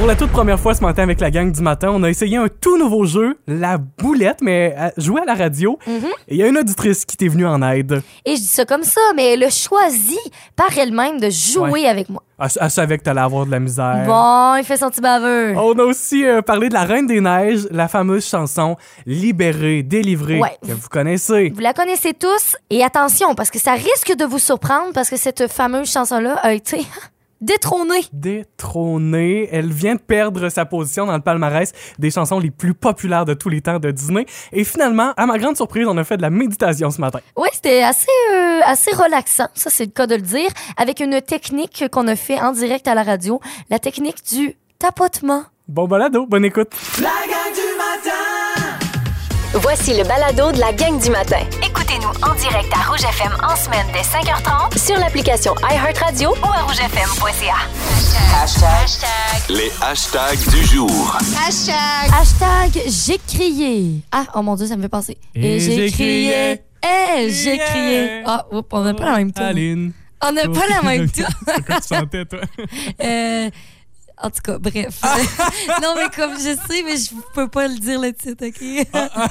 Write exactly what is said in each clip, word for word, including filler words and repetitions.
Pour la toute première fois ce matin avec la gang du matin, on a essayé un tout nouveau jeu, la boulette, mais à, joué à la radio. Mm-hmm. Et il y a une auditrice qui t'est venue en aide. Et je dis ça comme ça, mais elle a choisi par elle-même de jouer ouais. avec moi. Elle, elle savait que t'allais avoir de la misère. Bon, il fait son petit baveux. On a aussi euh, parlé de la Reine des Neiges, la fameuse chanson « Libérée, délivrée ouais. » que vous connaissez. Vous la connaissez tous. Et attention, parce que ça risque de vous surprendre, parce que cette fameuse chanson-là a été... Détrônée. Détrônée. Elle vient de perdre sa position dans le palmarès des chansons les plus populaires de tous les temps de Disney. Et finalement, à ma grande surprise, on a fait de la méditation ce matin. Oui, c'était assez, euh, assez relaxant, ça c'est le cas de le dire, avec une technique qu'on a fait en direct à la radio, la technique du tapotement. Bon balado, bonne écoute. La gang du matin! Voici le balado de la gang du matin. Écoutez-nous en direct à Rouge F M en semaine dès cinq heures trente sur l'application iHeartRadio ou à rouge f m point c a. Hashtag. Hashtag. Les hashtags du jour. Hashtag. Hashtag j'ai crié. Ah, oh mon Dieu, ça me fait penser. Et, Et j'ai, j'ai crié. crié. Et j'ai yeah. crié. Ah, oups, on n'a pas la même tour. Aline. On n'a pas la même tour. C'est quoi tu sentais, toi? euh... En tout cas, bref. Non, mais comme je sais, mais je peux pas le dire le titre, OK?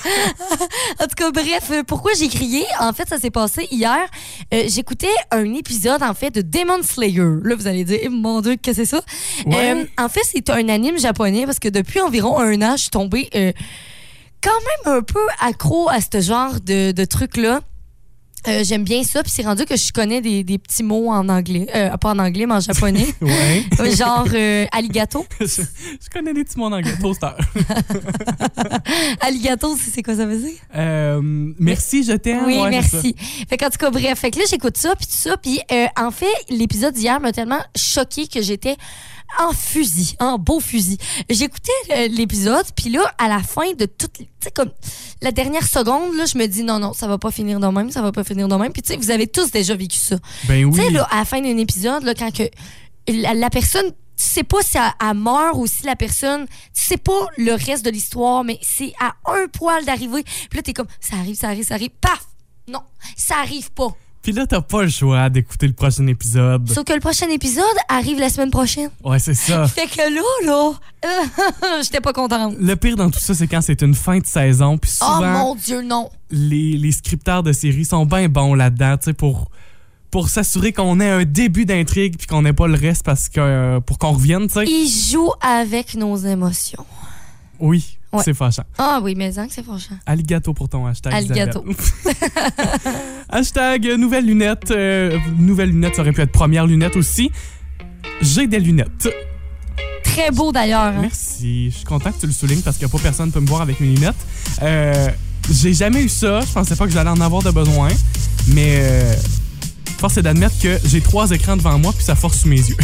En tout cas, bref, pourquoi j'ai crié? En fait, ça s'est passé hier. Euh, j'écoutais un épisode, en fait, de Demon Slayer. Là, vous allez dire, eh, mon Dieu, qu'est-ce que c'est ça? Ouais. Euh, en fait, c'est un anime japonais parce que depuis environ un an, je suis tombée euh, quand même un peu accro à ce genre de, de trucs-là. Euh, j'aime bien ça, puis c'est rendu que je connais des, des petits mots en anglais. Euh, pas en anglais, mais en japonais. Ouais. Genre euh, alligato. je, je connais des petits mots en anglais. Toaster. Alligato, c'est quoi ça veut dire? Euh, merci, je t'aime. Oui, ouais, merci. Fait qu'en tout cas, bref. Fait que là, j'écoute ça, puis tout ça. Puis euh, en fait, l'épisode d'hier m'a tellement choquée que j'étais en fusil, en beau fusil. J'écoutais euh, l'épisode, puis là, à la fin de toute... Tu sais, comme la dernière seconde, là, je me dis non, non, ça va pas finir de même, ça va pas finir de même. Puis tu sais, vous avez tous déjà vécu ça. Ben oui. Tu sais, là, à la fin d'un épisode, là, quand que la, la personne... Tu sais pas si elle, elle meurt ou si la personne... Tu sais pas le reste de l'histoire, mais c'est à un poil d'arriver. Puis là, t'es comme, ça arrive, ça arrive, ça arrive. Paf! Non, ça arrive pas. Puis là, t'as pas le choix d'écouter le prochain épisode. Sauf que le prochain épisode arrive la semaine prochaine. Ouais, c'est ça. Fait que là, là, euh, j'étais pas contente. Le pire dans tout ça, c'est quand c'est une fin de saison. Puis souvent, oh mon Dieu, non. Les, les scripteurs de séries sont bien bons là-dedans, tu sais, pour... pour s'assurer qu'on ait un début d'intrigue puis qu'on n'ait pas le reste parce que euh, pour qu'on revienne, tu sais. Ils jouent avec nos émotions. Oui, ouais. C'est fâchant. Ah oui, mais hein, que c'est fâchant. Alligato pour ton hashtag. Alligato. Hashtag nouvelle lunette. Euh, nouvelle lunette, ça aurait pu être première lunette aussi. J'ai des lunettes. Très beau d'ailleurs. Hein? Merci. Je suis content que tu le soulignes parce que pas personne peut me voir avec mes lunettes. Euh, j'ai jamais eu ça. Je pensais pas que j'allais en avoir de besoin. Mais... Euh, force est d'admettre que j'ai trois écrans devant moi puis ça force sous mes yeux.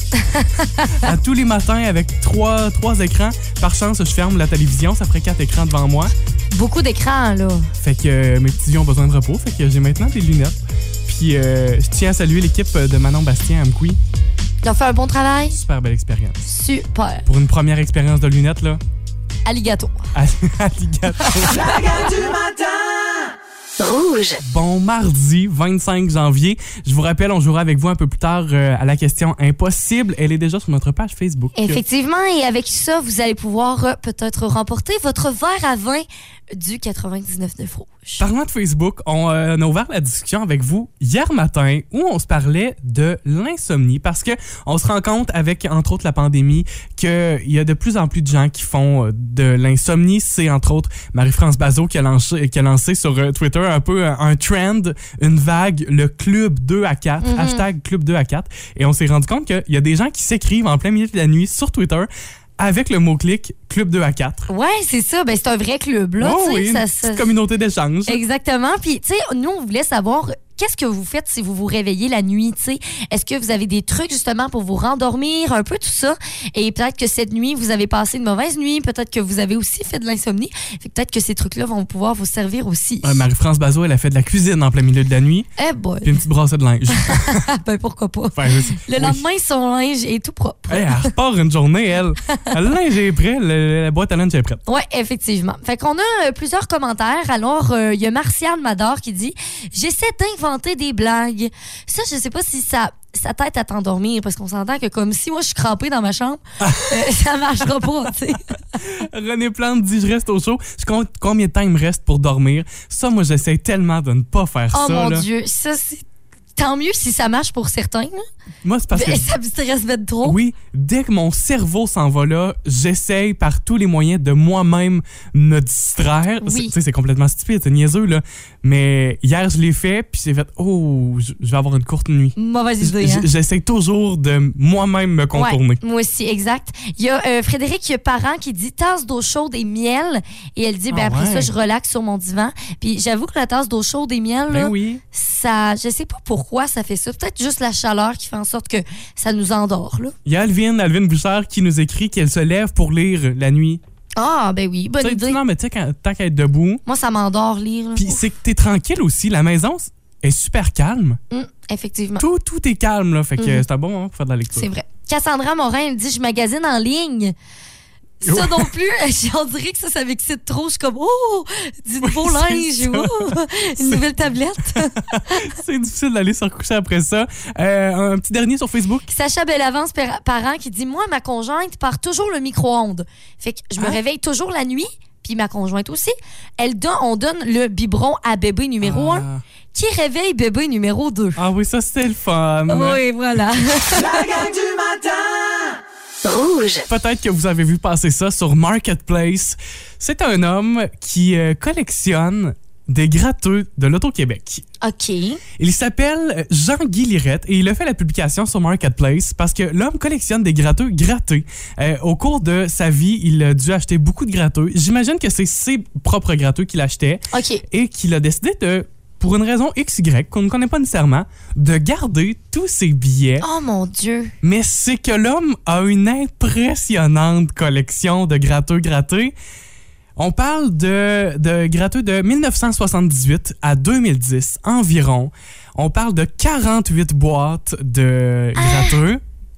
À tous les matins, avec trois, trois écrans, par chance, je ferme la télévision, ça ferait quatre écrans devant moi. Beaucoup d'écrans, là. Fait que euh, mes petits yeux ont besoin de repos, fait que j'ai maintenant des lunettes. Puis euh, je tiens à saluer l'équipe de Manon Bastien à Amqui. Ils ont fait un bon travail. Super belle expérience. Super. Pour une première expérience de lunettes, là. Alligato. Alligato. La gang du matin! Rouge. Bon mardi vingt-cinq janvier. Je vous rappelle, on jouera avec vous un peu plus tard euh, à la question impossible. Elle est déjà sur notre page Facebook. Effectivement, et avec ça, vous allez pouvoir euh, peut-être remporter votre verre à vin du quatre-vingt-dix-neuf neuf Rouge. Parlant de Facebook, on, euh, on a ouvert la discussion avec vous hier matin où on se parlait de l'insomnie parce que on se rend compte avec, entre autres, la pandémie qu'il y a de plus en plus de gens qui font de l'insomnie. C'est, entre autres, Marie-France Bazot qui a lancé, qui a lancé sur Twitter un peu un trend, une vague, le Club deux à quatre, mm-hmm. hashtag Club deux à quatre. Et on s'est rendu compte qu'il y a des gens qui s'écrivent en plein milieu de la nuit sur Twitter avec le mot-clic Club deux à quatre. Ouais, c'est ça. Ben, c'est un vrai club, là. Oh oui, ça, une ça... petite communauté d'échange. Exactement. Puis, tu sais, nous, on voulait savoir... Qu'est-ce que vous faites si vous vous réveillez la nuit, tu sais? Est-ce que vous avez des trucs justement pour vous rendormir, un peu tout ça? Et peut-être que cette nuit, vous avez passé une mauvaise nuit, peut-être que vous avez aussi fait de l'insomnie. Fait que peut-être que ces trucs-là vont pouvoir vous servir aussi. Euh, Marie-France Bazot, elle a fait de la cuisine en plein milieu de la nuit. Eh boy! Puis une petite brassée de linge. Ben pourquoi pas? Enfin, le lendemain, oui. Son linge est tout propre. Hey, elle repart une journée, elle. Le linge est prêt, le, la boîte à linge est prête. Oui, effectivement. Fait qu'on a euh, plusieurs commentaires. Alors, il euh, y a Martial Mador qui dit « J'essaie inventer des blagues. Ça, je sais pas si ça, ça t'aide à t'endormir, parce qu'on s'entend que comme si moi, je suis crampée dans ma chambre, euh, ça marchera pas, tu sais. René Plante dit, je reste au chaud. Je compte combien de temps il me reste pour dormir. Ça, moi, j'essaie tellement de ne pas faire Oh ça. mon là. Dieu, ça, c'est... Tant mieux si ça marche pour certains, là. Moi, c'est parce que... Mais ça me stresse de trop. Oui, dès que mon cerveau s'en va là, j'essaye par tous les moyens de moi-même me distraire. Oui. Tu sais, c'est complètement stupide, c'est niaiseux, là. Mais hier, je l'ai fait, puis j'ai fait « Oh, je je vais avoir une courte nuit. » Mauvaise idée, hein? J'essaie toujours de moi-même me contourner. Ouais, moi aussi, exact. Il y a euh, Frédéric Parent qui dit tasse d'eau chaude et miel. Et elle dit, ben Ah après ouais. ça, je relaxe sur mon divan. Puis j'avoue que la tasse d'eau chaude et miel, là, Ben oui. ça, je sais pas pourquoi ça fait ça. Peut-être juste la chaleur qui fait en sorte que ça nous endort, là. Il y a Alvin, Alvin Bouchard qui nous écrit qu'elle se lève pour lire la nuit. Ah, ben oui, bonne Tu sais, idée. non, mais tu sais, quand- tant qu'à être debout, Moi, ça m'endort lire. là. puis c'est que t'es tranquille aussi. La maison est super calme. Hum, effectivement. Tout, tout est calme, là. Fait que Mhm. c'est un bon moment pour faire de la lecture. C'est vrai. Cassandra Morin, elle dit, je magasine en ligne. Ça non plus, on dirait que ça, ça m'excite trop. Je suis comme, oh, du nouveau Oui, linge, c'est ça. oh, une nouvelle tablette. C'est difficile d'aller se recoucher après ça. Euh, un petit dernier sur Facebook. Sacha Bellavance, par- parent, qui dit, moi, ma conjointe part toujours le micro-ondes. Fait que je me Hein? réveille toujours la nuit, puis ma conjointe aussi. Elle donne, on donne le biberon à bébé numéro Ah. un, qui réveille bébé numéro deux. Ah oui, ça c'était le fun. Oui, voilà. La gang du matin! Rouge. Peut-être que vous avez vu passer ça sur Marketplace. C'est un homme qui euh, collectionne des gratteux de l'Auto-Québec. OK. Il s'appelle Jean-Guy Lirette et il a fait la publication sur Marketplace parce que l'homme collectionne des gratteux grattés. Euh, au cours de sa vie, il a dû acheter beaucoup de gratteux. J'imagine que c'est ses propres gratteux qu'il achetait OK. et qu'il a décidé de, pour une raison X Y qu'on ne connaît pas nécessairement, de garder tous ses billets. Oh mon Dieu. Mais c'est que l'homme a une impressionnante collection de gratteux grattés. On parle de, de gratteux de mille neuf cent soixante-dix-huit à deux mille dix environ. On parle de quarante-huit boîtes de gratteux.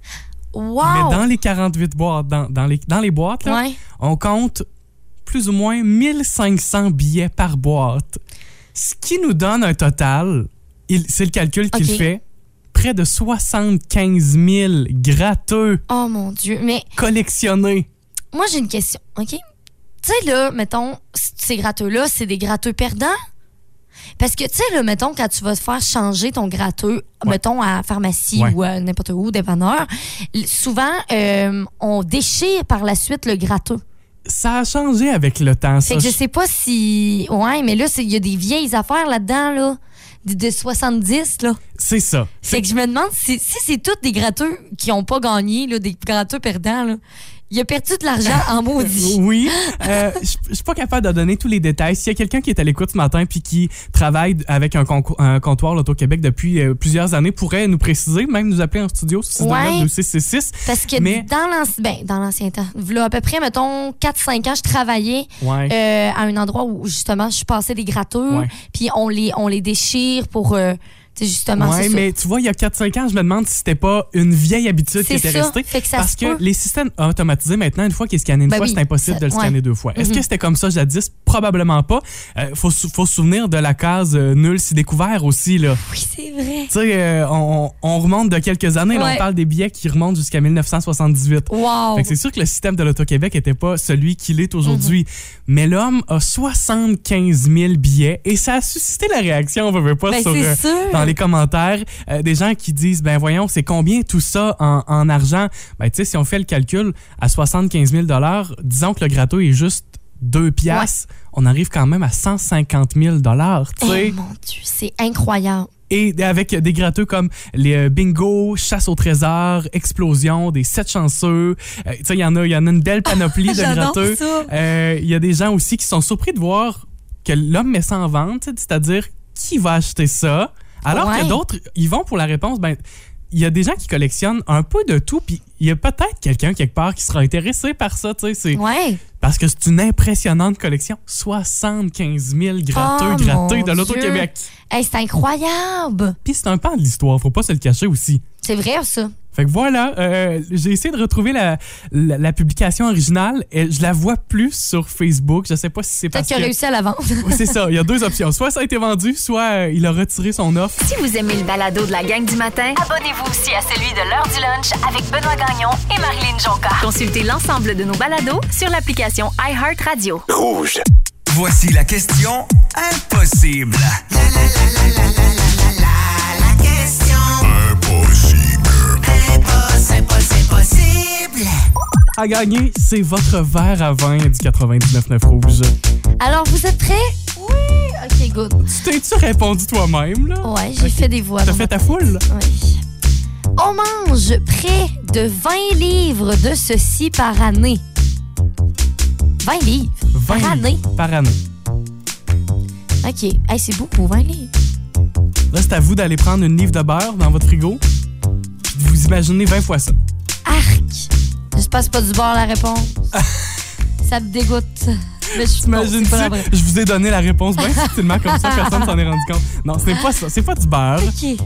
Wow. Mais dans les quarante-huit boîtes, dans, dans, les, dans les boîtes, là, Ouais. on compte plus ou moins mille cinq cents billets par boîte. Ce qui nous donne un total, il, c'est le calcul qu'il Ok. fait, près de soixante-quinze mille gratteux Oh mon Dieu. Mais collectionnés. moi, j'ai une question, OK? Tu sais, là, mettons, ces gratteux-là, c'est des gratteux perdants? Parce que, tu sais, là, mettons, quand tu vas te faire changer ton gratteux, Ouais. mettons, à la pharmacie Ouais. ou à n'importe où, dépanneur, l- souvent, euh, on déchire par la suite le gratteux. Ça a changé avec le temps. Fait Ça. que je sais pas si... Ouais, mais là, c'est- il y a des vieilles affaires là-dedans, là, de, de soixante-dix, là. C'est ça. Fait que je me demande si, si c'est tous des gratteux qui ont pas gagné, là, des gratteux perdants, là. Il a perdu de l'argent en maudit. Oui. Euh, Je je suis pas capable de donner tous les détails. S'il y a quelqu'un qui est à l'écoute ce matin puis qui travaille avec un, concours, un comptoir l'Auto-Québec depuis euh, plusieurs années, pourrait nous préciser, même nous appeler en studio sur six deux neuf deux six six six. Parce que Mais- dans l'ancien ben, dans l'ancien temps, là, à peu près, mettons, quatre cinq ans, je travaillais Ouais. euh, à un endroit où, justement, je passais des gratteux, Ouais. puis on les, on les déchire pour, euh, tu sais, justement, Ouais, c'est ça. mais tu vois, il y a quatre cinq ans, je me demande si c'était pas une vieille habitude qui C'est était ça. restée. Fait que ça parce se que peut. les systèmes automatisés, maintenant, une fois qu'il est scanné une Ben fois, oui, c'est impossible ça- de le scanner ouais. deux fois. Est-ce Mhm. que c'était comme ça jadis? Probablement pas. Euh, faut, se- faut se souvenir de la case euh, nul si découvert aussi, là. Oui, c'est vrai. Tu sais, euh, on, on remonte de quelques années, là, Ouais. on parle des billets qui remontent jusqu'à mille neuf cent soixante-dix-huit. Wow. Fait que c'est sûr que le système de l'Auto-Québec était pas celui qu'il est aujourd'hui. Mm-hmm. Mais l'homme a soixante-quinze mille billets et ça a suscité la réaction, on veut veut pas, Ben, sur, c'est euh, sûr. dans les commentaires. Euh, des gens qui disent, ben voyons, c'est combien tout ça en, en argent? Ben tu sais, si on fait le calcul à soixante-quinze mille dollars, disons que le gratteux est juste deux piastres, on arrive quand même à cent cinquante mille dollars, tu sais. Eh, mon Dieu, c'est incroyable. Et avec des gratteux comme les euh, bingo, chasse au trésor, explosion, des sept chanceux. Euh, tu sais, il y en a, il y en a une belle panoplie de J'adore gratteux. ça. Euh, Il y a des gens aussi qui sont surpris de voir que l'homme met ça en vente, tu sais, c'est-à-dire qui va acheter ça. Alors Ouais. que d'autres, ils vont pour la réponse, ben il y a des gens qui collectionnent un peu de tout, puis il y a peut-être quelqu'un quelque part qui sera intéressé par ça, tu sais, c'est Ouais. parce que c'est une impressionnante collection, soixante-quinze mille gratteux Oh, grattés mon de l'Auto-Québec. Hey, c'est incroyable. Puis c'est un pan de l'histoire, faut pas se le cacher aussi. C'est vrai, ça. Fait que voilà, euh, j'ai essayé de retrouver la, la, la publication originale et je la vois plus sur Facebook. Je sais pas si c'est parce Peut-être qu'il a que... réussi à la vendre. Oui, c'est ça. Il y a deux options. Soit ça a été vendu, soit euh, il a retiré son offre. Si vous aimez le balado de la gang du matin, abonnez-vous aussi à celui de l'heure du lunch avec Benoît Gagnon et Marilyn Jonca. Consultez l'ensemble de nos balados sur l'application iHeartRadio. Rouge. Voici la question impossible. La la la la la la la la la la question Impossible. impossible, impossible, possible. À gagner, c'est votre verre à vin du quatre-vingt-dix-neuf neuf Rouge. Alors, vous êtes prêts? Oui. OK, good. Tu t'es-tu répondu toi-même, là? Ouais, j'ai Ok. fait des voix. T'as dans fait ma ta tête. foule? Oui. On mange près de vingt livres de ceci par année. vingt livres vingt par année. Par année. OK. Hey, c'est beaucoup, vingt livres. Là, c'est à vous d'aller prendre une livre de beurre dans votre frigo puis de vous imaginer vingt fois ça. Arc. J'espère que c'est pas du beurre la réponse. Ça me dégoûte. Mais je non, c'est T'imagines-tu? pas la vraie. Je vous ai donné la réponse bien subtilement comme ça, personne s'en est rendu compte. Non, ce n'est pas ça. C'est pas du beurre. OK.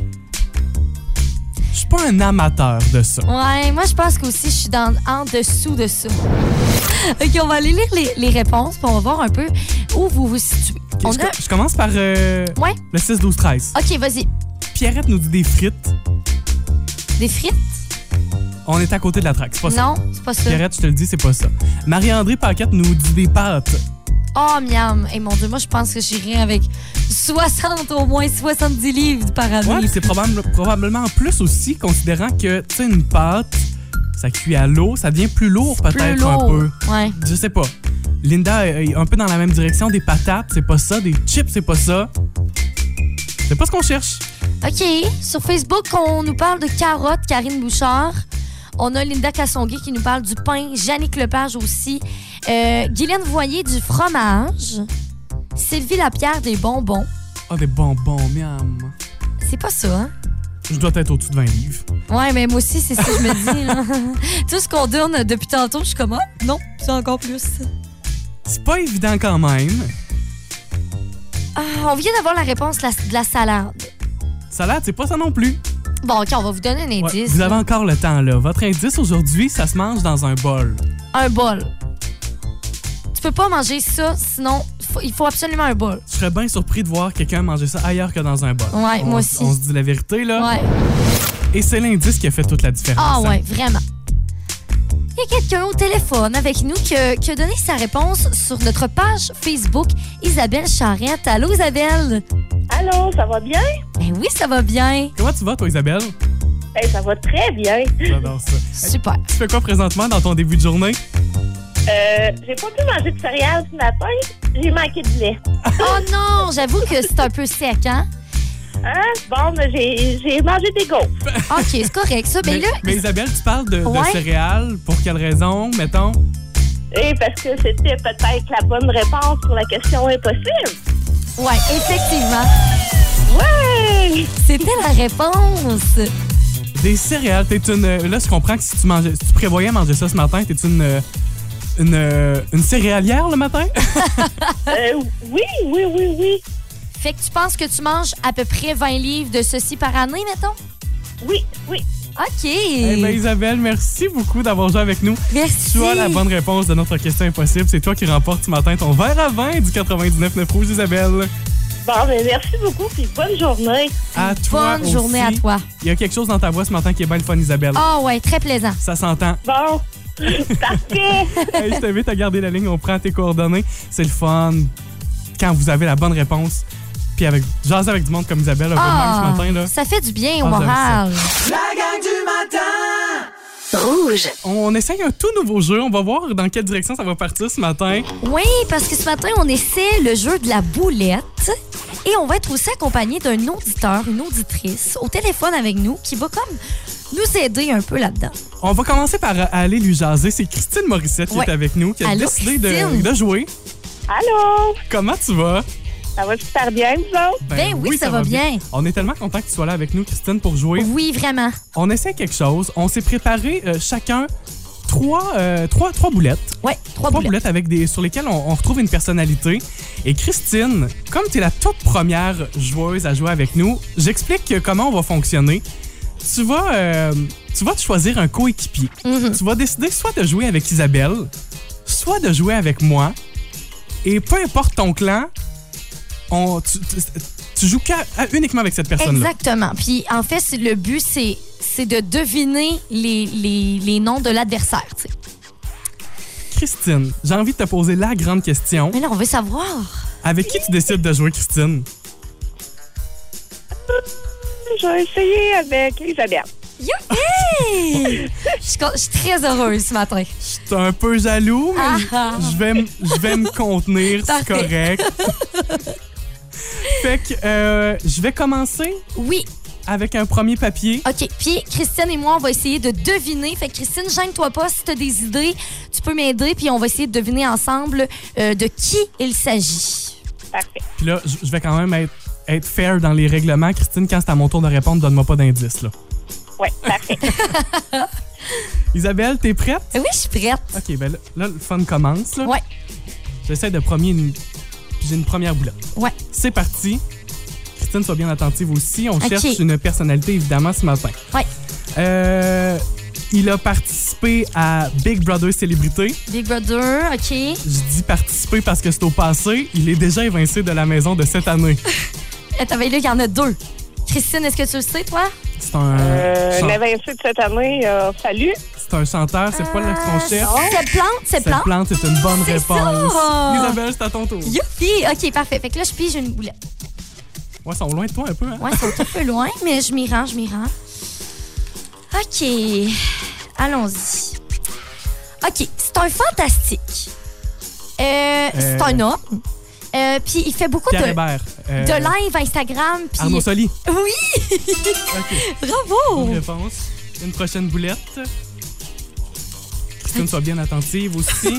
Je suis pas un amateur de ça. Ouais, moi, je pense qu'aussi, je suis dans, en dessous de ça. OK, on va aller lire les, les réponses, puis on va voir un peu où vous vous situez. Ok, On je, a... je commence par euh, Ouais. le six douze treize. OK, vas-y. Pierrette nous dit des frites. Des frites? On est à côté de la traque, c'est pas ça. Non, c'est pas ça. Pierrette, je te le dis, c'est pas ça. Marie-André Paquette nous dit des pâtes. Oh, miam. Et mon Dieu, moi, je pense que j'irai avec soixante, au moins soixante-dix livres par année. Ouais, puis c'est probable, probablement plus aussi, considérant que, tu sais, une pâte, ça cuit à l'eau, ça devient plus lourd Plus peut-être lourd. un peu. Ouais. Je sais pas. Linda est un peu dans la même direction. Des patates, c'est pas ça. Des chips, c'est pas ça. C'est pas ce qu'on cherche. OK. Sur Facebook, on nous parle de carottes, Karine Bouchard. On a Linda Cassonguay qui nous parle du pain. Jannick Lepage aussi. Euh, Guylaine Voyer du fromage. Sylvie Lapierre des bonbons. Ah, des bonbons, miam. C'est pas ça, hein? Je dois être au-dessus de vingt livres. Ouais, mais moi aussi, c'est ça que je me dis. Là. Tout ce qu'on donne depuis tantôt, je suis comme, ah, non, c'est encore plus. C'est pas évident quand même. Ah, on vient d'avoir la réponse la- de la salade. Salade, c'est pas ça non plus. Bon, OK, on va vous donner un Ouais, indice. vous avez encore le temps, là. Votre indice aujourd'hui, ça se mange dans un bol. Un bol. Tu peux pas manger ça, sinon, faut- il faut absolument un bol. Je serais bien surpris de voir quelqu'un manger ça ailleurs que dans un bol. Ouais, On- moi aussi. On se dit la vérité, là. Ouais. Et c'est l'indice qui a fait toute la différence. Ah hein. ouais, vraiment. Il y a quelqu'un au téléphone avec nous qui a, qui a donné sa réponse sur notre page Facebook, Isabelle Charrette. Allô, Isabelle? Allô, ça va bien? Ben oui, ça va bien. Comment tu vas, toi, Isabelle? Hey, ça va très bien. J'adore ça. Super. Tu fais quoi présentement dans ton début de journée? Euh, j'ai pas pu manger de céréales ce matin. J'ai manqué de lait. Oh non, j'avoue que c'est un peu sec, hein? Hein? Bon, mais j'ai, j'ai mangé des gaufres. OK, c'est correct, ça. Ben mais, là, mais Isabelle, tu parles de, de Ouais. céréales. Pour quelle raison, mettons? Et parce que c'était peut-être la bonne réponse pour la question impossible. ouais, effectivement, Ouais! c'était la réponse. Des céréales. T'es une. Là, je comprends que si tu mangeais, si tu prévoyais manger ça ce matin, t'es une. Une, une céréalière le matin? Euh, oui, oui, oui, oui. Fait que tu penses que tu manges à peu près vingt livres de ceci par année, mettons? Oui, oui. OK. Eh bien, Isabelle, merci beaucoup d'avoir joué avec nous. Merci. Tu as la bonne réponse de notre question impossible. C'est toi qui remporte ce matin ton verre à vin du quatre-vingt-dix-neuf neuf Rouge, Isabelle. Bon, mais merci beaucoup, puis bonne journée. À toi Bonne journée à aussi. toi. Il y a quelque chose dans ta voix ce matin qui est bien le fun, Isabelle. Ah ouais, très plaisant. Ça s'entend. Bon, parfait. Hey, je t'invite à garder la ligne, on prend tes coordonnées. C'est le fun. Quand vous avez la bonne réponse, puis avec jaser avec du monde comme Isabelle, un peu Ah, même ce matin, là. ça fait du bien au Ah, j'aime moral. La gang du matin. Rouge. On essaye un tout nouveau jeu. On va voir dans quelle direction ça va partir ce matin. Oui, parce que ce matin, on essaie le jeu de la boulette. Et on va être aussi accompagné d'un auditeur, une auditrice, au téléphone avec nous, qui va comme nous aider un peu là-dedans. On va commencer par aller lui jaser. C'est Christine Morissette qui Ouais. est avec nous, qui a Allô, décidé de, Christine? de jouer. Allô? Comment tu vas? Ça va super bien, vous autres? Ben oui, ça va bien. On est tellement content que tu sois là avec nous, Christine, pour jouer. Oui, vraiment. On essaie quelque chose. On s'est préparé euh, chacun trois, euh, trois, trois boulettes. Ouais, trois Trois boulettes. boulettes avec des, sur lesquelles on, on retrouve une personnalité. Et Christine, comme tu es la toute première joueuse à jouer avec nous, j'explique comment on va fonctionner. tu vas, euh, tu vas te choisir un coéquipier. Mhm. Tu vas décider soit de jouer avec Isabelle, soit de jouer avec moi. Et peu importe ton clan, on, tu, tu, tu joues qu'à- uniquement avec cette personne-là. Exactement. Puis en fait, c'est- le but, c'est, c'est de deviner les, les, les noms de l'adversaire. tu sais. Christine, j'ai envie de te poser la grande question. Mais là, on veut savoir. Avec qui tu décides de jouer, Christine? Je vais essayer avec Isabelle. Youpi! Je suis con- je suis très heureuse ce matin. Je suis un peu jaloux, mais Ah, ah. je vais, m- je vais me contenir, c'est Parfait. correct. Fait que euh, je vais commencer Oui. avec un premier papier. OK. Puis Christine et moi, on va essayer de deviner. Fait que Christine, gêne-toi pas. Si tu as des idées, tu peux m'aider. Puis on va essayer de deviner ensemble euh, de qui il s'agit. Parfait. Puis là, je je vais quand même être, être fair dans les règlements. Christine, quand c'est à mon tour de répondre, donne-moi pas d'indice, là. Oui, parfait. Isabelle, t'es prête? Oui, je suis prête. OK, ben là, là, le fun commence. Là. Ouais. J'essaie de premier une... puis j'ai une première boulette. Ouais. C'est parti. Christine, sois bien attentive aussi. On OK. cherche une personnalité, évidemment, ce matin. Ouais. Euh, il a participé à Big Brother Célébrité. Big Brother, OK. Je dis participer parce que c'est au passé. Il est déjà évincé de la maison de cette année. Attends, ben là, il y en a deux. Christine, est-ce que tu le sais, toi? C'est un, Euh, chan- L'évincé de cette année a fallu. c'est un chanteur, c'est pas le qu'on cherche. C'est plante, c'est Cette plante. plante, c'est une bonne C'est réponse. ça! Isabelle, c'est à ton tour. Youpi! OK, parfait. Fait que là, je pige une boulette. Ouais, ils sont loin de toi un peu. Hein? Ouais, c'est un peu loin, mais je m'y rends, je m'y rends. OK. Allons-y. OK, c'est un fantastique. Euh, C'est Euh. un homme. Euh, puis il fait beaucoup Pierre de, Hébert. Euh, de live Instagram. Puis Arnaud Soli. Oui! OK. Bravo! Bonne réponse. Une prochaine boulette. Christine, sois bien attentive aussi.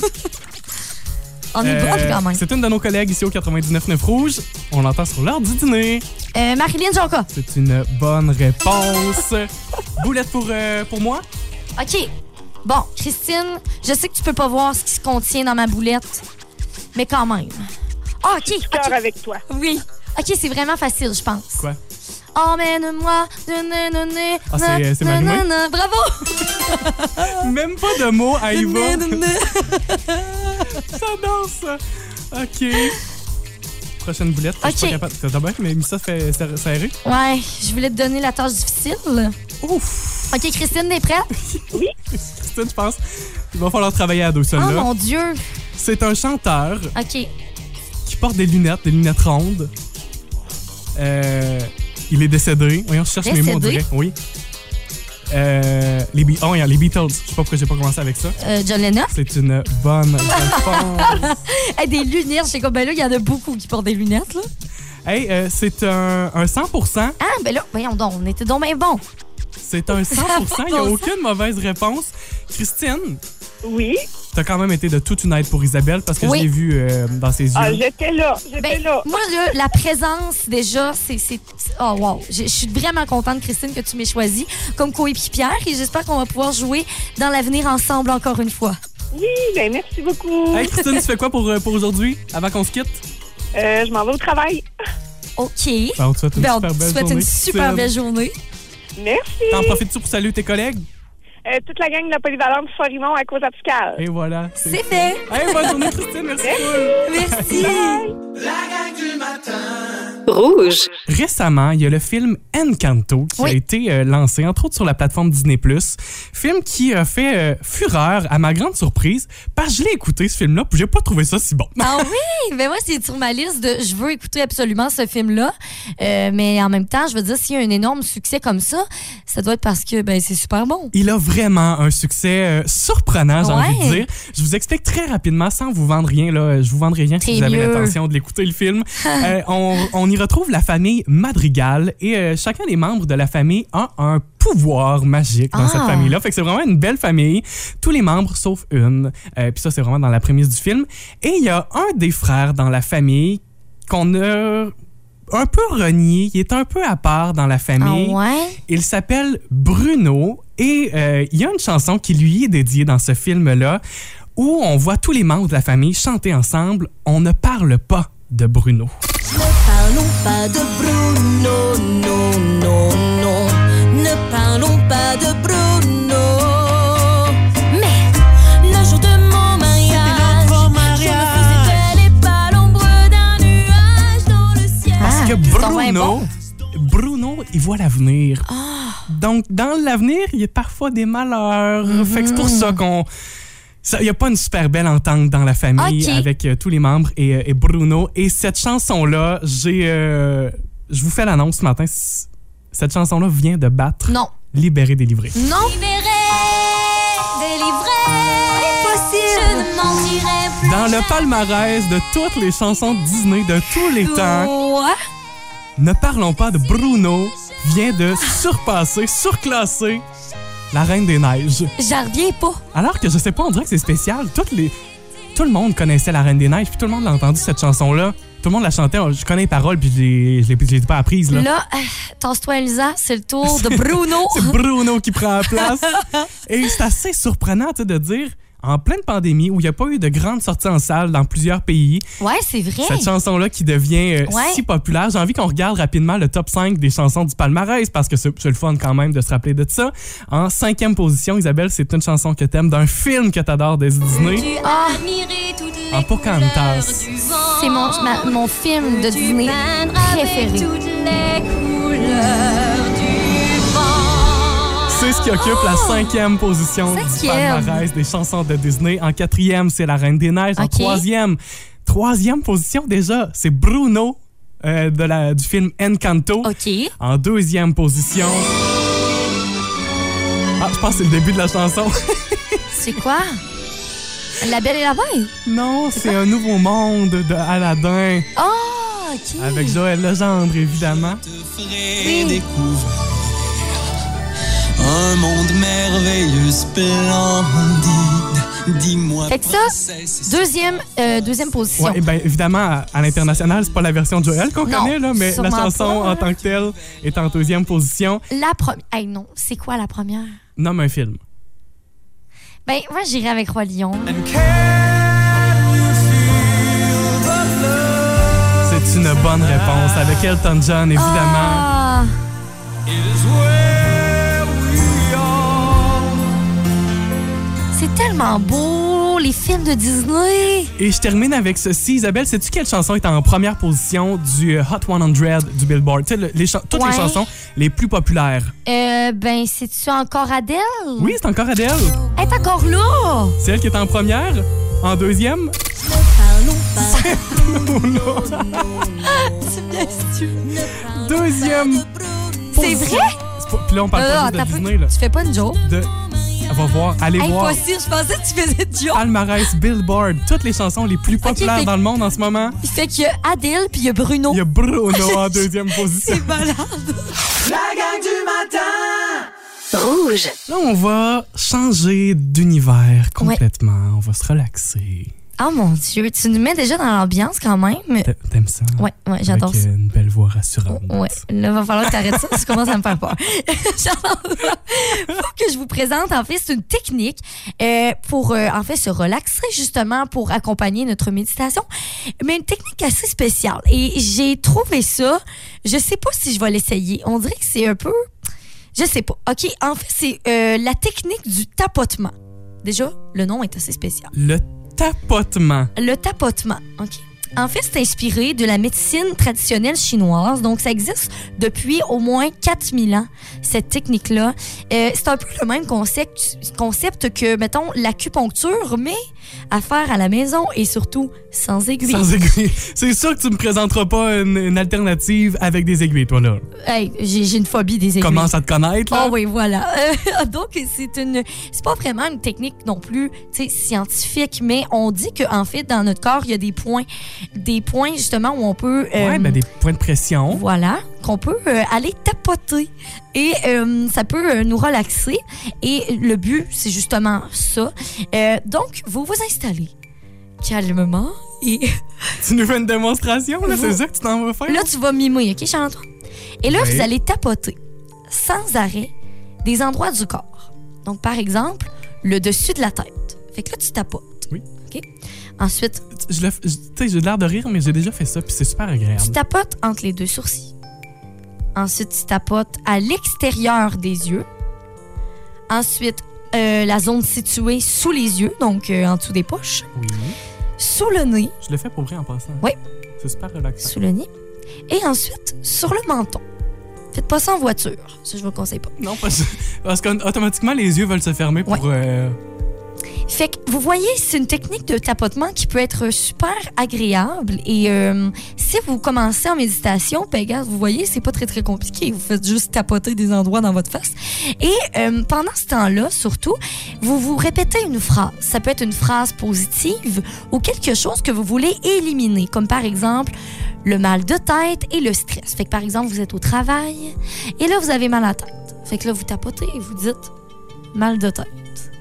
On est Euh, bonne quand même. C'est une de nos collègues ici au quatre-vingt-dix-neuf neuf Rouge. On l'entend sur l'heure du dîner. Euh, Marilyn Jonca. C'est une bonne réponse. Boulette pour, euh, pour moi. OK. Bon, Christine, je sais que tu peux pas voir ce qui se contient dans ma boulette, mais quand même. Ah, OK. Cœur OK. avec toi. Oui. OK, c'est vraiment facile, je pense. Quoi? Emmène-moi. nanana, Ah, c'est- c'est Marie-Mé? nanana. Bravo! Même pas de mots à Yva. Nanana. J'adore ça. OK. Prochaine boulette. Je suis OK. pas capable. T'as bien mais mis ça fait serré- serré? Ouais, je voulais te donner la tâche difficile. Ouf. OK, Christine, t'es prête? Christine, je pense qu'il va falloir travailler à deux seuls Oh là. mon Dieu! C'est un chanteur OK. qui porte des lunettes, des lunettes rondes. Euh, il est décédé. Voyons, je cherche mes mots, on Décédé? dirait. Oui. Euh, les, Be- oh, regarde, les Beatles. Je sais pas pourquoi j'ai pas commencé avec ça. Euh, John Lennon? C'est une bonne réponse. Hey, des lunettes, je sais comme ben là, il y en a beaucoup qui portent des lunettes, là. Hey, euh, c'est un, un cent pour cent. Ah, ben là, voyons donc, on était donc bien bon. C'est un cent pour cent. Il n'y a aucune mauvaise réponse. Christine, Oui. t'as quand même été de toute une aide pour Isabelle parce que Oui. je l'ai vu euh, dans ses yeux. Ah, j'étais là. J'étais Ben, là. moi, là, la présence, déjà, c'est. c'est- Oh, wow. Je je suis vraiment contente, Christine, que tu m'aies choisie comme coéquipière et j'espère qu'on va pouvoir jouer dans l'avenir ensemble encore une fois. Oui, ben merci beaucoup. Hey, Christine, tu fais quoi pour, euh, pour aujourd'hui avant qu'on se quitte? Euh, je m'en vais au travail. OK. Ben, on te souhaite une Ben, on super te belle souhaite journée. une super belle journée. Merci. T'en profites-tu pour saluer tes collègues? Euh, toute la gang de la polyvalente du Forimont à cause apicale. Et voilà. C'est fait. Hey, bonne journée, Christine. Merci. Merci. Rouge. Récemment, il y a le film Encanto qui Oui. a été euh, lancé, entre autres sur la plateforme Disney plus. Film qui a fait euh, fureur à ma grande surprise parce que je l'ai écouté, ce film-là, puis j'ai pas trouvé ça si bon. Ah oui, ben moi c'est sur ma liste de je veux écouter absolument ce film-là, Euh, mais en même temps je veux dire s'il y a un énorme succès comme ça, ça doit être parce que ben c'est super bon. Il a vraiment un succès euh, surprenant, j'ai Ouais. envie de dire. Je vous explique très rapidement, sans vous vendre rien, là. Je vous vendrai rien si C'est vous avez mieux. l'intention de l'écouter, le film. Euh, on, on y retrouve la famille Madrigal et euh, chacun des membres de la famille a un pouvoir magique dans Ah. cette famille-là. Fait que c'est vraiment une belle famille. Tous les membres sauf une. Euh, Puis ça, c'est vraiment dans la prémisse du film. Et il y a un des frères dans la famille qu'on a un peu renié. Il est un peu à part dans la famille. Ah ouais? Il s'appelle Bruno et euh, il y a une chanson qui lui est dédiée dans ce film-là où on voit tous les membres de la famille chanter ensemble « On ne parle pas de Bruno ». Ne parlons pas de Bruno, non, non, non. Ne parlons pas de Bruno. Mais le jour de mon mariage, je me faisais belle et pas l'ombre d'un nuage dans le ciel. Parce que c'est donc bien Bruno, bon. Bruno, il voit l'avenir. Ah. Donc, dans l'avenir, il y a parfois des malheurs. Mm-hmm. Fait que c'est pour ça qu'on... Il n'y a pas une super belle entente dans la famille Ok. avec euh, tous les membres et, euh, et Bruno. Et cette chanson-là, j'ai... euh, je vous fais l'annonce ce matin. C- Cette chanson-là vient de battre Non. Libéré, délivré. Non. Libéré, délivré, impossible. Je ne mentirai plus. Dans le palmarès de toutes les chansons Disney de tous les temps, Ouais. Ne parlons pas de Bruno vient de surpasser, surclasser La Reine des Neiges. J'en reviens pas. Alors que je sais pas, on dirait que c'est spécial. Toutes les... Tout le monde connaissait La Reine des Neiges, puis tout le monde l'a entendu cette chanson-là. Tout le monde la chantait. Je connais les paroles, puis je l'ai- je l'ai je l'ai pas apprise. Là. Là, euh, tasse-toi, Elsa, c'est le tour de Bruno. C'est Bruno qui prend la place. Et c'est assez surprenant tu sais, de dire, en pleine pandémie, où il n'y a pas eu de grandes sorties en salle dans plusieurs pays, Ouais, c'est vrai. cette chanson-là qui devient euh, Ouais. si populaire. J'ai envie qu'on regarde rapidement le top cinq des chansons du palmarès parce que c'est c'est le fun quand même de se rappeler de ça. En cinquième position, Isabelle, c'est une chanson que t'aimes d'un film que t'adores des Disney. Tu Ah. as admiré toutes les En Pocahontas. couleurs du vent. C'est mon, ma- mon film de Tu Disney peindras avec préféré. toutes les couleurs du vent. C'est ce qui occupe la cinquième position du Cinquième. palmarès des chansons de Disney. En quatrième, c'est La Reine des Neiges. En Ok. troisième, troisième position déjà, c'est Bruno euh, de la, du film Encanto. OK. En deuxième position... Ah, je pense que c'est le début de la chanson. C'est quoi? La Belle et la Bête? Non, c'est Un Nouveau Monde de Aladdin. Ah, OK. Avec Joël Legendre, évidemment. Oui. découvrir un monde merveilleux, splendide. Dis-moi. Fait que ça, Deuxième, euh, deuxième position. Ouais, ben évidemment, à, à l'international, c'est pas la version de Joël qu'on Non, connaît, là, mais la sûrement chanson pas, hein. en tant que telle est en deuxième position. La première. Hey, non, c'est quoi la première? Nomme un film. Ben, moi, j'irai avec Roi Lion. C'est une bonne réponse. Avec Elton John, évidemment. Ah! C'est tellement beau, les films de Disney. Et je termine avec ceci. Isabelle, sais-tu quelle chanson est en première position du euh, Hot cent du Billboard? Tu sais, le- les cha- toutes Ouais. les chansons les plus populaires. Euh, ben, c'est-tu encore Adèle? Oui, c'est encore Adele. Elle est encore là! C'est elle qui est en première. En deuxième, deuxième. C'est vrai? C'est pas- Puis là, on parle Euh, pas attends juste un de peu. Disney. Là. Tu fais pas une joke? De... On va voir. Allez voir. Impossible, je pensais que tu faisais une joke. Palmarès Billboard. Toutes les chansons les plus populaires fait- dans le monde en ce moment. Fait qu'il y a Adèle puis il y a Bruno. Il y a Bruno en deuxième position. C'est malade. La gang du matin. Rouge. Là, on va changer d'univers complètement. On va se relaxer. Oh mon Dieu, tu nous mets déjà dans l'ambiance quand même. T'a- T'aimes ça? Ouais, ouais, j'adore Avec ça. euh, une belle voix rassurante. Ouais, là, va falloir que t'arrêtes ça, tu commences à me faire peur. J'adore ça. Faut que je vous présente, en fait, c'est une technique euh, pour, euh, en fait, se relaxer, justement, pour accompagner notre méditation. Mais une technique assez spéciale. Et j'ai trouvé ça, je sais pas si je vais l'essayer. On dirait que c'est un peu... Je sais pas. OK, en fait, c'est euh, la technique du tapotement. Déjà, le nom est assez spécial. Le tapotement. Le tapotement, OK. En fait, c'est inspiré de la médecine traditionnelle chinoise. Donc, ça existe depuis au moins quatre mille ans, cette technique-là. Euh, c'est un peu le même concept, concept que, mettons, l'acupuncture, mais à faire à la maison et surtout sans aiguille. Sans aiguille. C'est sûr que tu me présenteras pas une, une alternative avec des aiguilles, toi, là. Hey, j'ai, j'ai une phobie des aiguilles. Commence à te connaître, là. Oh oui, voilà. Euh, donc, c'est une, c'est pas vraiment une technique non plus, tu sais, scientifique, mais on dit qu'en fait, dans notre corps, il y a des points, des points justement où on peut. euh, Ouais, ben des points de pression. Voilà, qu'on peut euh, aller tapoter et euh, ça peut euh, nous relaxer. Et le but, c'est justement ça. Euh, donc, vous vous installez calmement et Tu nous fais une démonstration, là? Vous- C'est ça que tu t'en vas faire? là, tu vas mimer, OK, Charles-Antoine? Et là, Oui. vous allez tapoter sans arrêt des endroits du corps. Donc, par exemple, le dessus de la tête. Fait que là, tu tapotes. Oui. OK? Ensuite, Je le f- je- tu sais, j'ai l'air de rire, mais j'ai déjà fait ça, puis c'est super agréable. tu tapotes entre les deux sourcils. Ensuite, tu tapotes à l'extérieur des yeux. Ensuite, euh, la zone située sous les yeux, donc euh, en dessous des poches. Oui. Sous le nez. Je le fais pour vrai en passant. Oui. C'est super relaxant. Sous le nez. Et ensuite, sur le menton. Faites pas ça en voiture. Ça, je vous le conseille pas. Non, pas ça. Parce qu'automatiquement, les yeux veulent se fermer pour... Ouais. Euh... Fait que, vous voyez, c'est une technique de tapotement qui peut être super agréable. Et euh, si vous commencez en méditation, ben, regarde, vous voyez, c'est pas très, très compliqué. Vous faites juste tapoter des endroits dans votre face. Et euh, pendant ce temps-là, surtout, vous vous répétez une phrase. Ça peut être une phrase positive ou quelque chose que vous voulez éliminer. Comme par exemple, le mal de tête et le stress. Fait que, par exemple, vous êtes au travail et là, vous avez mal à la tête. Fait que là, vous tapotez et vous dites mal de tête.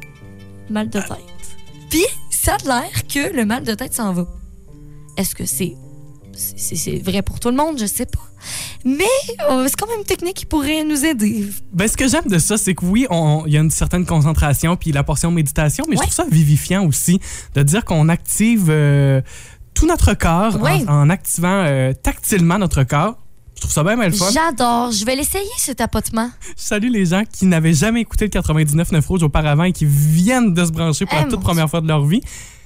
Mal de tête. Puis, ça a l'air que le mal de tête s'en va. Est-ce que c'est, c'est, c'est vrai pour tout le monde? Je sais pas. Mais euh, c'est quand même une technique qui pourrait nous aider. Ben, ce que j'aime de ça, c'est que oui, il y a une certaine concentration puis la portion méditation, mais ouais. Je trouve ça vivifiant aussi de dire qu'on active euh, tout notre corps ouais. en, en activant euh, tactilement notre corps. Je trouve ça bien mal fun. J'adore. Je vais l'essayer, ce tapotement. Je salue les gens qui n'avaient jamais écouté le quatre-vingt-dix-neuf neuf Rouge auparavant et qui viennent de se brancher pour hey, la toute première Dieu. fois de leur vie.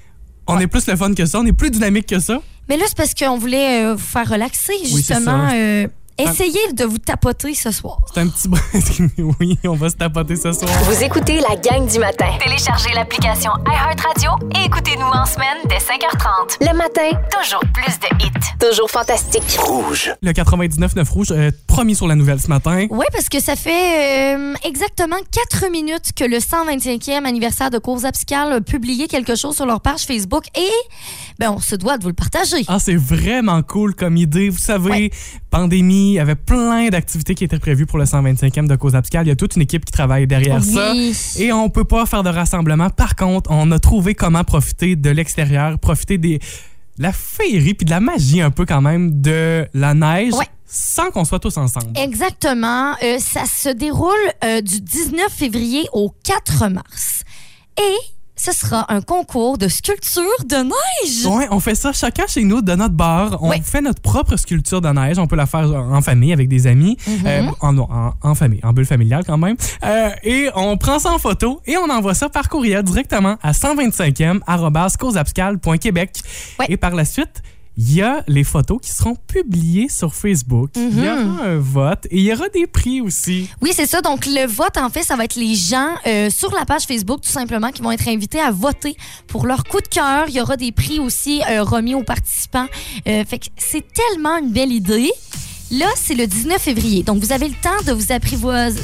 On ouais. est plus le fun que ça. On est plus dynamique que ça. Mais là, c'est parce qu'on voulait euh, vous faire relaxer, justement. Oui, euh, essayez ah. de vous tapoter ce soir. C'est un petit... Oui, on va se tapoter ce soir. Vous écoutez la gang du matin. Téléchargez l'application iHeartRadio et écoutez-nous en semaine dès cinq heures trente. Le matin, toujours plus de hits. Toujours fantastique. Rouge. Le quatre-vingt-dix-neuf neuf Rouge, euh, promis sur la nouvelle ce matin. Oui, parce que ça fait euh, exactement quatre minutes que le cent vingt-cinquième anniversaire de Cause Abscale a publié quelque chose sur leur page Facebook et ben, on se doit de vous le partager. Ah, c'est vraiment cool comme idée. Vous savez, ouais. pandémie, il y avait plein d'activités qui étaient prévues pour le cent vingt-cinquième de Cause Abscale. Il y a toute une équipe qui travaille derrière oui. ça. Et on peut pas faire de rassemblement. Par contre, on a trouvé comment profiter de l'extérieur, profiter des... la féerie puis de la magie un peu quand même de la neige ouais. sans qu'on soit tous ensemble. Exactement. Euh, ça se déroule euh, du dix-neuf février au quatre mars. Et ce sera un concours de sculpture de neige. Oui, on fait ça chacun chez nous de notre bar. On oui. fait notre propre sculpture de neige. On peut la faire en famille avec des amis. Mm-hmm. euh, en, en, en famille, en bulle familiale quand même. Euh, et on prend ça en photo et on envoie ça par courriel directement à cent vingt-cinquième arobase causabscale point québec. Oui. Et par la suite, il y a les photos qui seront publiées sur Facebook. Mm-hmm. Il y aura un vote et il y aura des prix aussi. Oui, c'est ça. Donc, le vote, en fait, ça va être les gens euh, sur la page Facebook, tout simplement, qui vont être invités à voter pour leur coup de cœur. Il y aura des prix aussi euh, remis aux participants. Euh, fait que c'est tellement une belle idée. Là, c'est le dix-neuf février. Donc, vous avez le temps de vous apprivoiser,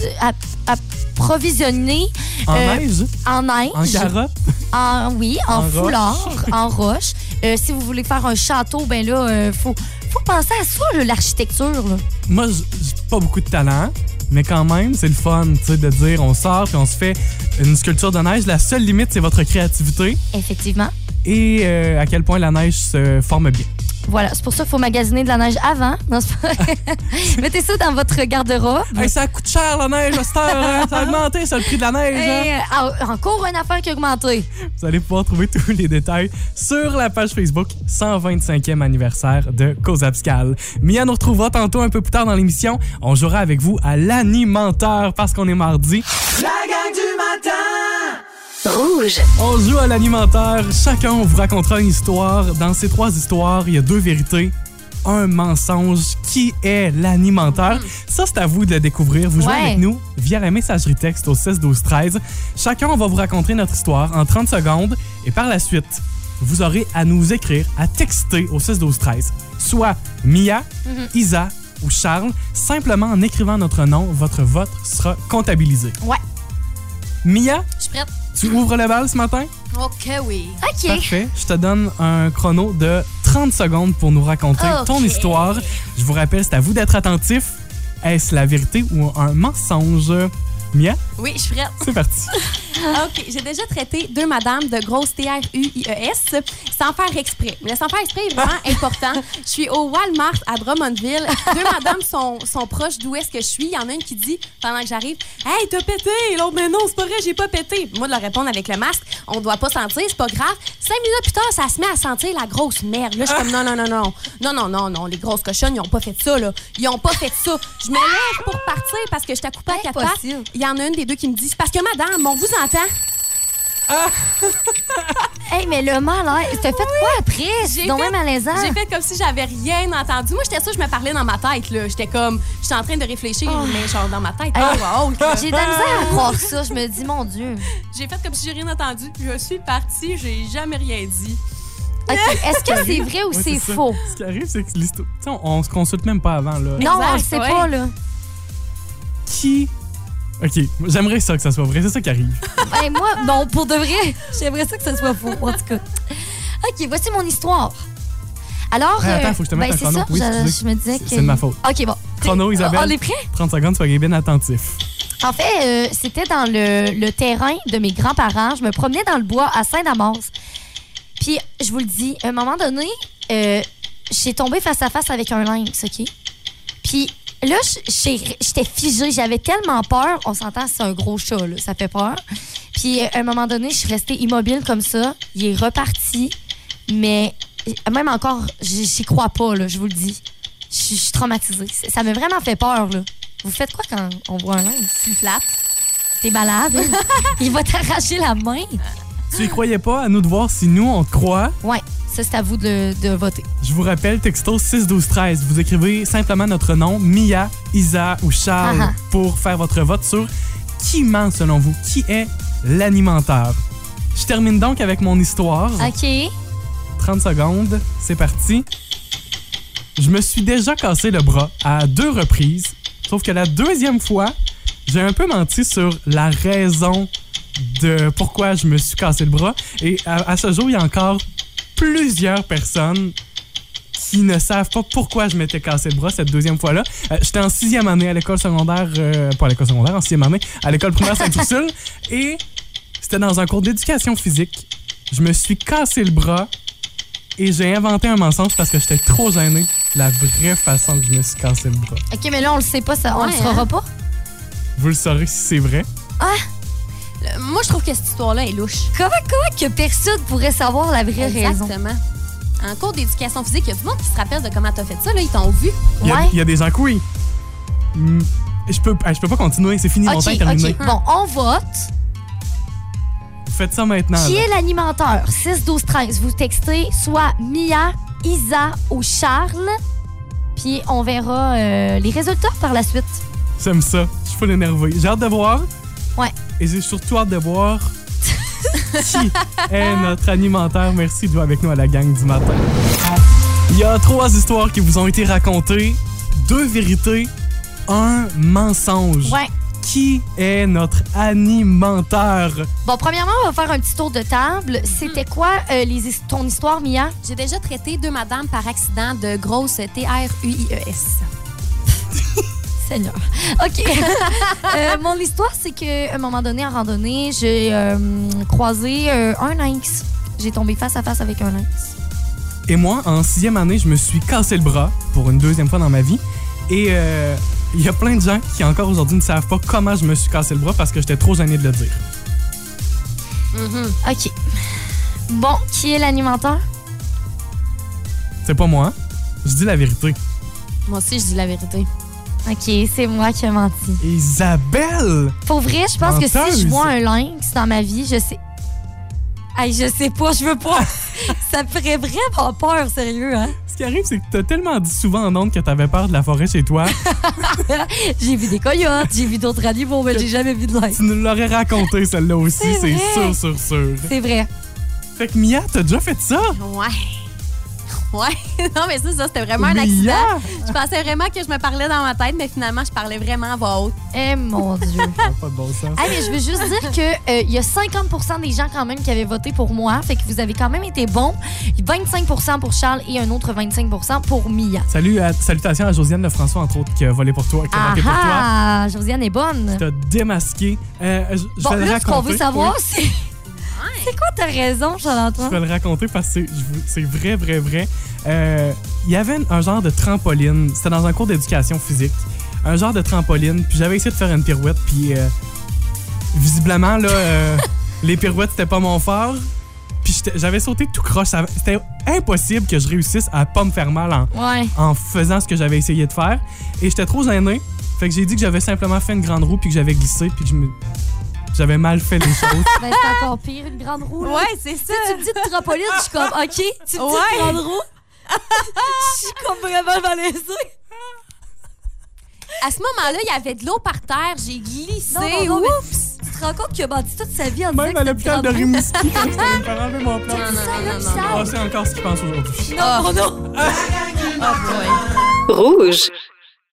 approvisionner. En euh, neige? En neige. En carotte? En, oui, en, en foulard, roche. en roche. Euh, si vous voulez faire un château, ben là, euh, faut, faut penser à ça, là, l'architecture. Là. Moi, j'ai pas beaucoup de talent, mais quand même, c'est le fun, tu sais, de dire on sort puis on se fait une sculpture de neige. La seule limite, c'est votre créativité. Effectivement. Et euh, à quel point la neige se forme bien. Voilà, c'est pour ça qu'il faut magasiner de la neige avant. Non, c'est pas... Mettez ça dans votre garde-robe. Hey, ça coûte cher, la neige, à cette heure. Hein? Ça a augmenté, ça, le prix de la neige. Et, hein? euh, encore une affaire qui a augmenté. Vous allez pouvoir trouver tous les détails sur la page Facebook cent vingt-cinquième anniversaire de Cause Abscale. Mia nous retrouvera tantôt un peu plus tard dans l'émission. On jouera avec vous à l'animenteur parce qu'on est mardi. La gang du matin! Rouge. On joue à l'animenteur. Chacun, on vous racontera une histoire. Dans ces trois histoires, il y a deux vérités, un mensonge. Qui est l'animenteur? Mmh. Ça, c'est à vous de le découvrir. Vous jouez ouais. avec nous via la messagerie texte au six douze treize. Chacun, on va vous raconter notre histoire en trente secondes. Et par la suite, vous aurez à nous écrire, à texter au six douze treize. Soit Mia, mmh. Isa ou Charles. Simplement en écrivant notre nom, votre vote sera comptabilisé. Ouais. Mia? Je suis prête. Tu ouvres le bal ce matin? OK, oui. OK. Parfait. Je te donne un chrono de trente secondes pour nous raconter okay. ton histoire. Je vous rappelle, c'est à vous d'être attentif. Est-ce la vérité ou un mensonge? Mia? Oui, je suis prête. C'est parti. OK, j'ai déjà traité deux madames de grosses T R U I E S sans faire exprès. Mais le sans faire exprès est vraiment important. Je suis au Walmart à Drummondville. Deux madames sont, sont proches d'où est-ce que je suis. Il y en a une qui dit, pendant que j'arrive, « Hey, t'as pété! » L'autre, « Mais non, c'est pas vrai, j'ai pas pété. » Moi, de leur répondre avec le masque, on doit pas sentir, c'est pas grave. Cinq minutes plus tard, ça se met à sentir la grosse merde. Là, je suis comme, non, non, non, non. Non, non, non, non, les grosses cochonnes, ils ont pas fait ça, là. Ils ont pas fait ça. Je me lève pour partir parce que je t'ai coupé à quatre pattes. il y en a une des deux qui me dit, c'est parce que madame, on vous entend. Hey, mais le mal, hein, t'as fait quoi après? C'est donc même malaisant. J'ai fait comme si j'avais rien entendu. Moi, j'étais sûre que je me parlais dans ma tête, là. J'étais comme, j'étais en train de réfléchir, Oh. mais genre dans ma tête. Hey, Oh, wow, là. j'ai de la misère à croire ça. Je me dis, mon Dieu. J'ai fait comme si j'ai rien entendu. Je suis partie, j'ai jamais rien dit. OK, est-ce que c'est vrai ou Ouais, c'est ça. faux? Ce qui arrive, c'est que l'histoire. Tu sais, on, on se consulte même pas avant, là. Non, on le Exact, sait ouais. pas, là. Qui. Ok, j'aimerais ça que ça soit vrai, c'est ça qui arrive. Ben, moi, non, pour de vrai, j'aimerais ça que ce soit faux, en tout cas. OK, voici mon histoire. Alors, Ah, attends, euh, faut que je te mette ben, un c'est chrono. ça, Oui, je, excusez. je me disais C'est- que... c'est de ma faute. OK, bon. Chrono, Isabelle. On est prêts? trente secondes, soyez bien attentifs. En fait, euh, c'était dans le, le terrain de mes grands-parents. Je me promenais dans le bois à Saint-Damas. Puis, je vous le dis, à un moment donné, euh, j'ai tombé face à face avec un lynx, OK? Puis là, j'ai- j'étais figée. J'avais tellement peur. On s'entend, c'est un gros chat, là. Ça fait peur. Puis, à un moment donné, je suis restée immobile comme ça. Il est reparti. Mais même encore, j'y j'y crois pas, là, je vous le dis. Je suis- je suis traumatisée. Ça m'a vraiment fait peur, là. Vous faites quoi quand on voit un lynx? Tu me flattes. T'es malade? hein? Il va t'arracher la main. Tu y croyais pas, à nous de voir si nous, on te croit. Ouais, ça, c'est à vous de, de voter. Je vous rappelle, texto six douze treize. Vous écrivez simplement notre nom, Mia, Isa ou Charles, Ah ah. pour faire votre vote sur qui ment selon vous, qui est l'animenteur. Je termine donc avec mon histoire. OK. trente secondes, c'est parti. Je me suis déjà cassé le bras à deux reprises, sauf que la deuxième fois, j'ai un peu menti sur la raison de pourquoi je me suis cassé le bras. Et à, à ce jour, il y a encore plusieurs personnes qui ne savent pas pourquoi je m'étais cassé le bras cette deuxième fois-là. Euh, J'étais en sixième année à l'école secondaire, euh, pas à l'école secondaire, en sixième année, à l'école primaire Saint-Ursule. Et c'était dans un cours d'éducation physique. Je me suis cassé le bras et j'ai inventé un mensonge parce que j'étais trop gêné de la vraie façon que je me suis cassé le bras. OK, mais là, on le sait pas, ça, on le Ouais, saura hein? pas. Vous le saurez si c'est vrai. Le- Moi, je trouve que cette histoire-là est louche. Comment, comment que personne pourrait savoir la vraie raison? Exactement. En cours d'éducation physique, il y a du monde qui se rappelle de comment t'as fait ça. Là, ils t'ont vu. Il y, a, Ouais. il y a des gens que oui. Hmm, Je peux, je peux pas continuer, c'est fini, mon OK, temps est terminé. OK. Bon, on vote. Vous faites ça maintenant. Qui là. est l'animenteur? six douze treize. Vous textez soit Mia, Isa ou Charles. Puis on verra euh, les résultats par la suite. J'aime ça. Je suis full énervé. J'ai hâte de voir. Ouais. Et j'ai surtout hâte de voir qui est notre animateur. Merci de jouer avec nous à la gang du matin. Il y a trois histoires qui vous ont été racontées. Deux vérités, un mensonge. Ouais. Qui est notre animateur? Bon, premièrement, on va faire un petit tour de table. C'était quoi euh, les, his- ton histoire, Mia? J'ai déjà traité deux madames par accident de grosses T R U I E S. Seigneur. OK. Euh, mon histoire, c'est qu'à un moment donné, en randonnée, j'ai euh, croisé euh, un lynx. J'ai tombé face à face avec un lynx. Et moi, en sixième année, je me suis cassé le bras pour une deuxième fois dans ma vie. Et euh, il y a plein de gens qui, encore aujourd'hui, ne savent pas comment je me suis cassé le bras parce que j'étais trop gêné de le dire. Mm-hmm. OK. Bon, qui est l'animateur? C'est pas moi. Je dis la vérité. Moi aussi, je dis la vérité. OK, c'est moi qui ai menti. Isabelle! Pour vrai, je pense que si Menteuse. je vois un lynx dans ma vie, je sais... Hey, je sais pas, je veux pas. Ça me ferait vraiment peur, sérieux, hein? Ce qui arrive, c'est que t'as tellement dit souvent en ondes que t'avais peur de la forêt chez toi. J'ai vu des coyotes, j'ai vu d'autres animaux, mais j'ai jamais vu de lynx. Tu nous l'aurais raconté, celle-là aussi, C'est c'est vrai. sûr, sûr, sûr. C'est vrai. Fait que Mia, t'as déjà fait ça? Ouais. Ouais. Non, mais ça, ça c'était vraiment un Mia! accident. Je pensais vraiment que je me parlais dans ma tête, mais finalement, je parlais vraiment à voix haute. Eh mon Dieu. Ça n'a pas de bon sens. Hey, mais je veux juste dire que euh, il y a cinquante pour cent des gens quand même qui avaient voté pour moi. Fait que vous avez quand même été bons. vingt-cinq pour cent pour Charles et un autre vingt-cinq pour cent pour Mia. Salut, à- salutations à Josiane Lefrançois, entre autres, qui a volé pour toi, qui a Ah voté pour toi. ah! Josiane est bonne. T'as démasqué. Euh, je je Bon, vais le là, ce qu'on raconter. veut savoir, Oui. c'est... C'est quoi ta raison, Je Charles-Antoine? vais le raconter parce que c'est- je vous- c'est vrai, vrai, vrai. Euh, Il y avait un genre de trampoline. C'était dans un cours d'éducation physique. Un genre de trampoline. Puis j'avais essayé de faire une pirouette. Puis euh, visiblement, là, euh, les pirouettes, c'était pas mon fort. Puis j'étais- j'avais sauté tout croche. Ça- C'était impossible que je réussisse à pas me faire mal en, Ouais. en faisant ce que j'avais essayé de faire. Et j'étais trop gêné. Fait que j'ai dit que j'avais simplement fait une grande roue puis que j'avais glissé puis que je me... j'avais mal fait les choses. Ben, c'est encore pire, une grande roue. Là. Ouais, c'est ça. Tu me dis de trampoline, je suis comme, OK, tu me dis Ouais. de grande roue. Je suis comme vraiment malaisée. À ce moment-là, il y avait de l'eau par terre. J'ai glissé. Non, non, non, mais Oups! tu te rends compte qu'il a bâti toute sa vie en disant Même que à c'était l'hôpital de grande roue. Rimouski, quand j'étais allée me faire enlever mon plan. Non, non, Ça, non, là, non, puis non. ça. Ah, c'est encore ce qu'ils pensent aujourd'hui. Non, non. Oh boy. Rouge.